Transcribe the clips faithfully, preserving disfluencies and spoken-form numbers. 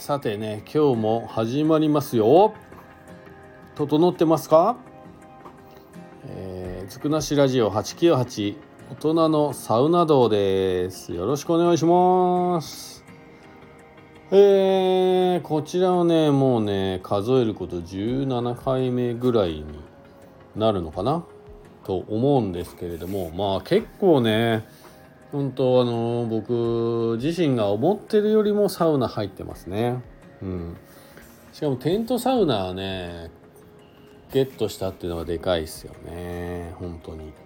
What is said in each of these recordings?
さてね、今日も始まりますよ。整ってますか？えー、つくなしラジオはちきゅうはち、大人のサウナ道です。よろしくお願いします。えー、こちらはね、もうね、数えることじゅうななかいめぐらいになるのかなと思うんですけれども、まあ結構ね、本当あの僕自身が思ってるよりもサウナ入ってますね。うん。しかもテントサウナはねゲットしたっていうのがでかいですよね、本当に。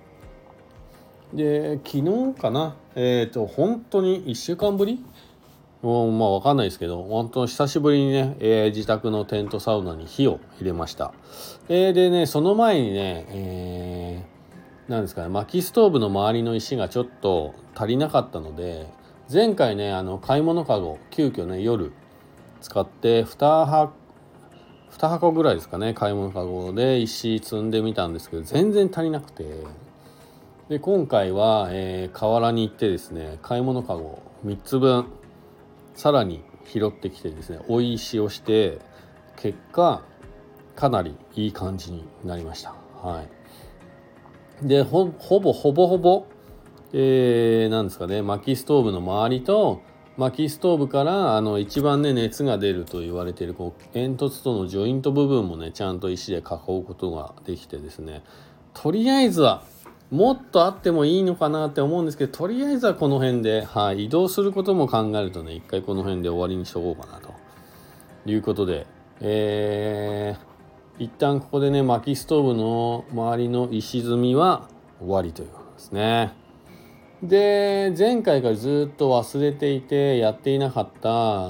で昨日かな、えっと本当にいっしゅうかんぶりもうまあ分かんないですけど、本当久しぶりにね、えー、自宅のテントサウナに火を入れました。えー、でねその前にね、えーなんですかね、薪ストーブの周りの石がちょっと足りなかったので、前回ねあの買い物かご急遽ね夜使ってに箱に箱ぐらいですかね、買い物かごで石積んでみたんですけど全然足りなくて、で今回は、えー、河原に行ってですね、買い物かごみっつぶんさらに拾ってきてですね、追い石をして、結果かなりいい感じになりました。はい。で ほ, ほぼほぼほぼ、えー、なんですかね、薪ストーブの周りと薪ストーブからあの一番ね熱が出ると言われているこう煙突とのジョイント部分もねちゃんと石で囲うことができてですね、とりあえずはもっとあってもいいのかなって思うんですけど、とりあえずはこの辺で、はい、移動することも考えるとね、一回この辺で終わりにしとこうかなということで、えー一旦ここでね薪ストーブの周りの石積みは終わりということですね。で前回からずっと忘れていてやっていなかった、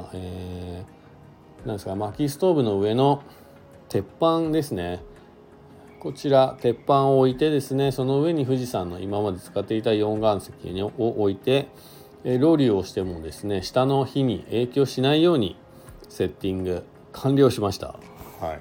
えー、なんですか、薪ストーブの上の鉄板ですね。こちら鉄板を置いてですね、その上に富士山の今まで使っていた溶岩石を置いて、ロウリュをしてもですね下の火に影響しないようにセッティング完了しました。はい。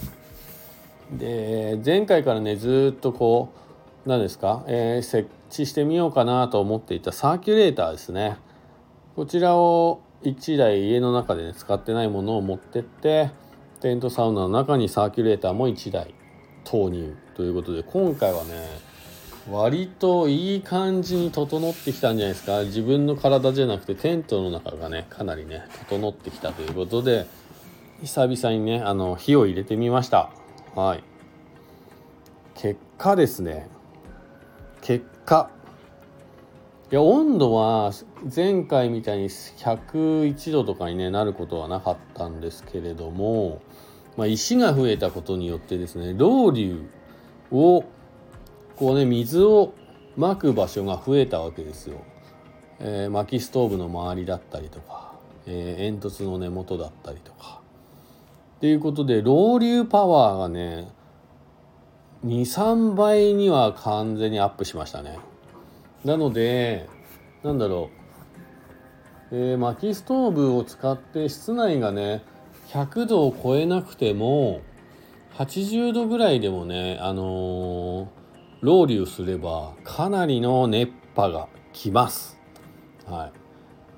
で前回からねずっとこう何ですか、えー、設置してみようかなと思っていたサーキュレーターですね。こちらをいちだい家の中で、ね、使ってないものを持ってってテントサウナの中にサーキュレーターもいちだい投入ということで、今回はね割といい感じに整ってきたんじゃないですか。自分の体じゃなくてテントの中がねかなりね整ってきたということで、久々にねあの火を入れてみました。はい。結果ですね結果いや温度は前回みたいにひゃくいちどとかに、ね、なることはなかったんですけれども、まあ、石が増えたことによってですね、ロウリュをこうね水をまく場所が増えたわけですよ。えー、薪ストーブの周りだったりとか、えー、煙突の根元だったりとかっていうことで、ロウリュパワーがねにさんばいには完全にアップしましたね。なのでなんだろう、えー、薪ストーブを使って室内がねひゃくどを超えなくてもはちじゅうどぐらいでもね、あのー、ロウリュすればかなりの熱波がきます。はい。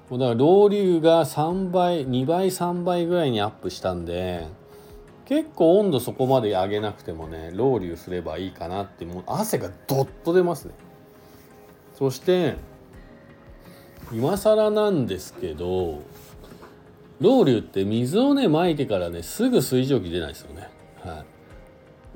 もうだからロウリュがさんばいにばいさんばいぐらいにアップしたんで、結構温度そこまで上げなくてもねロウリュすればいいかなって、もう汗がドッと出ますね。そして今更なんですけど、ロウリュって水をね撒いてからねすぐ水蒸気出ないですよね。はい。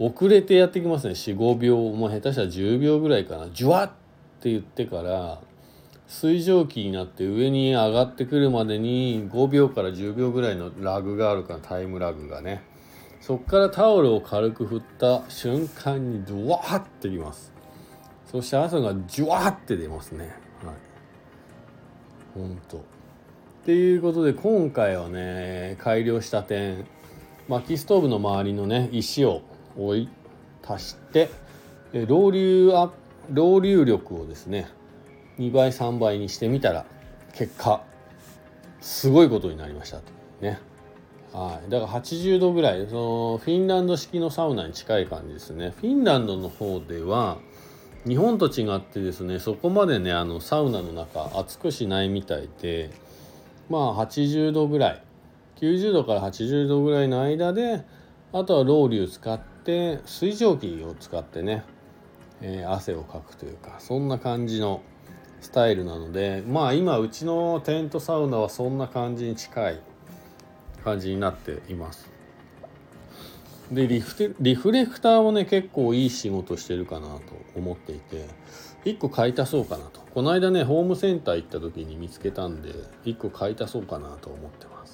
遅れてやってきますね。 よん、ごびょう、もう下手したらじゅうびょうぐらいかな。ジュワッって言ってから水蒸気になって上に上がってくるまでにごびょうからじゅうびょうぐらいのラグがあるから、タイムラグがね。そっからタオルを軽く振った瞬間にドワーってきます。そして汗がジュワーって出ますね。はい。ほんとっていうことで、今回はね改良した点、薪ストーブの周りのね石を追い足してロウリュアロウリュ力をですねにばいさんばいにしてみたら、結果すごいことになりましたとね。はい。だからはちじゅうどぐらい、そのフィンランド式のサウナに近い感じですね。フィンランドの方では日本と違ってですね、そこまでねあのサウナの中暑くしないみたいで、まあはちじゅうどぐらい、 きゅうじゅうどからはちじゅうどぐらいの間で、あとはロウリュ使って水蒸気を使ってね、えー、汗をかくというか、そんな感じのスタイルなので、まあ今うちのテントサウナはそんな感じに近い感じになっています。でリフテリフレクターもね結構いい仕事してるかなと思っていて、いっこ買い足そうかなと。この間ねホームセンター行った時に見つけたんでいっこ買い足そうかなと思ってます。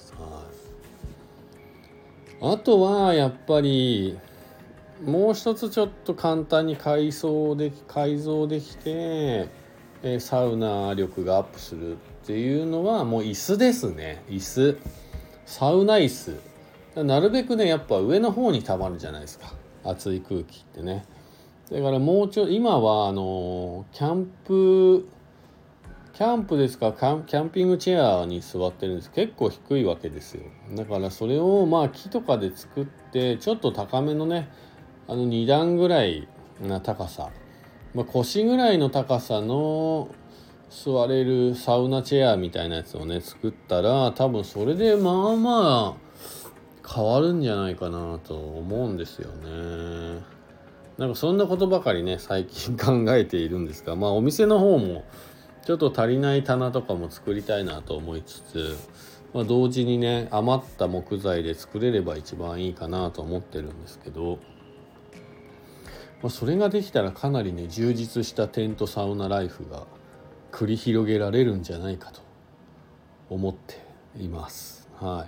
はい、あとはやっぱりもう一つちょっと簡単に改装でき改造できて、えサウナ力がアップするっていうのはもう椅子ですね。椅子、サウナ椅子。なるべくねやっぱ上の方に溜まるじゃないですか、熱い空気ってね。だからもうちょい今はあのキャンプキャンプですかキャン、キャンピングチェアに座ってるんです。結構低いわけですよ。だからそれをまあ木とかで作ってちょっと高めのねあのに段ぐらいな高さ、まあ、腰ぐらいの高さの座れるサウナチェアみたいなやつをね作ったら、多分それでまあまあ変わるんじゃないかなと思うんですよね。なんかそんなことばかりね最近考えているんですが、まあお店の方もちょっと足りない棚とかも作りたいなと思いつつ、まあ、同時にね余った木材で作れれば一番いいかなと思ってるんですけど、まあ、それができたらかなりね充実したテントサウナライフが繰り広げられるんじゃないかと思っています。はい。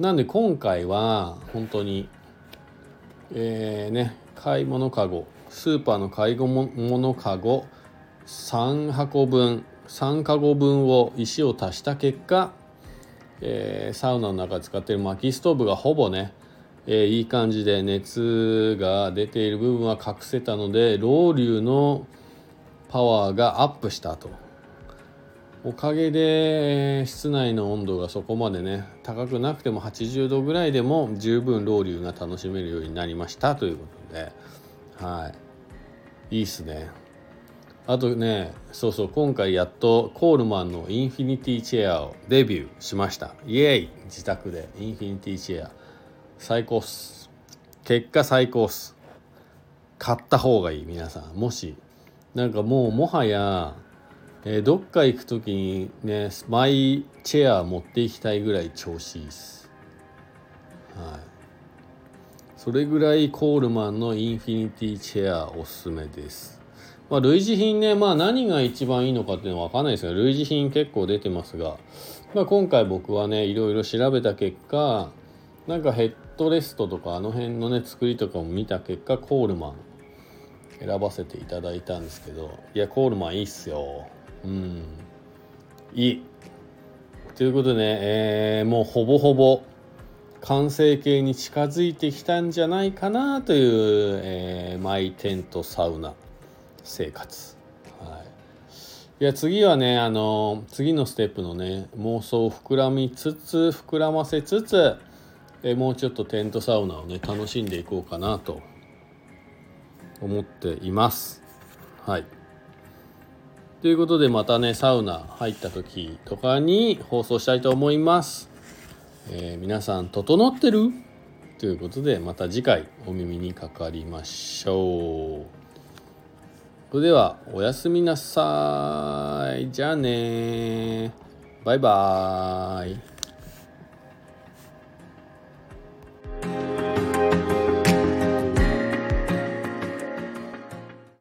なんで今回は本当にえー、ね買い物かご、スーパーの買い物かごさんはこぶんさんかごぶんを石を足した結果、えー、サウナの中で使っている薪ストーブがほぼね、えー、いい感じで熱が出ている部分は隠せたので、ロウリュのパワーがアップしたと。おかげで室内の温度がそこまでね高くなくてもはちじゅうどぐらいでも十分ロウリュが楽しめるようになりましたということで、はいいいっすね。あとねそうそう今回やっとコールマンのインフィニティチェアをデビューしました。イエーイ。自宅でインフィニティチェア最高っす。結果最高っす。買った方がいい。皆さんもしなんかもうもはやえー、どっか行くときにねマイチェア持っていきたいぐらい調子いいです。はい。それぐらいコールマンのインフィニティチェアおすすめです。まあ類似品ね、まあ何が一番いいのかっていうのは分かんないですが、類似品結構出てますが、まあ今回僕はねいろいろ調べた結果、なんかヘッドレストとかあの辺のね作りとかも見た結果コールマン選ばせていただいたんですけど、いやコールマンいいっすよ。うんいいということでね、えー、もうほぼほぼ完成形に近づいてきたんじゃないかなという、えー、マイテントサウナ生活、はい、いや次はねあの次のステップのね妄想を膨らみつつ膨らませつつ、えー、もうちょっとテントサウナをね楽しんでいこうかなと思っています。はいということでまたねサウナ入った時とかに放送したいと思います。えー、皆さん整ってる？ということでまた次回お耳にかかりましょう。それではおやすみなさい。じゃあねバイバーイ。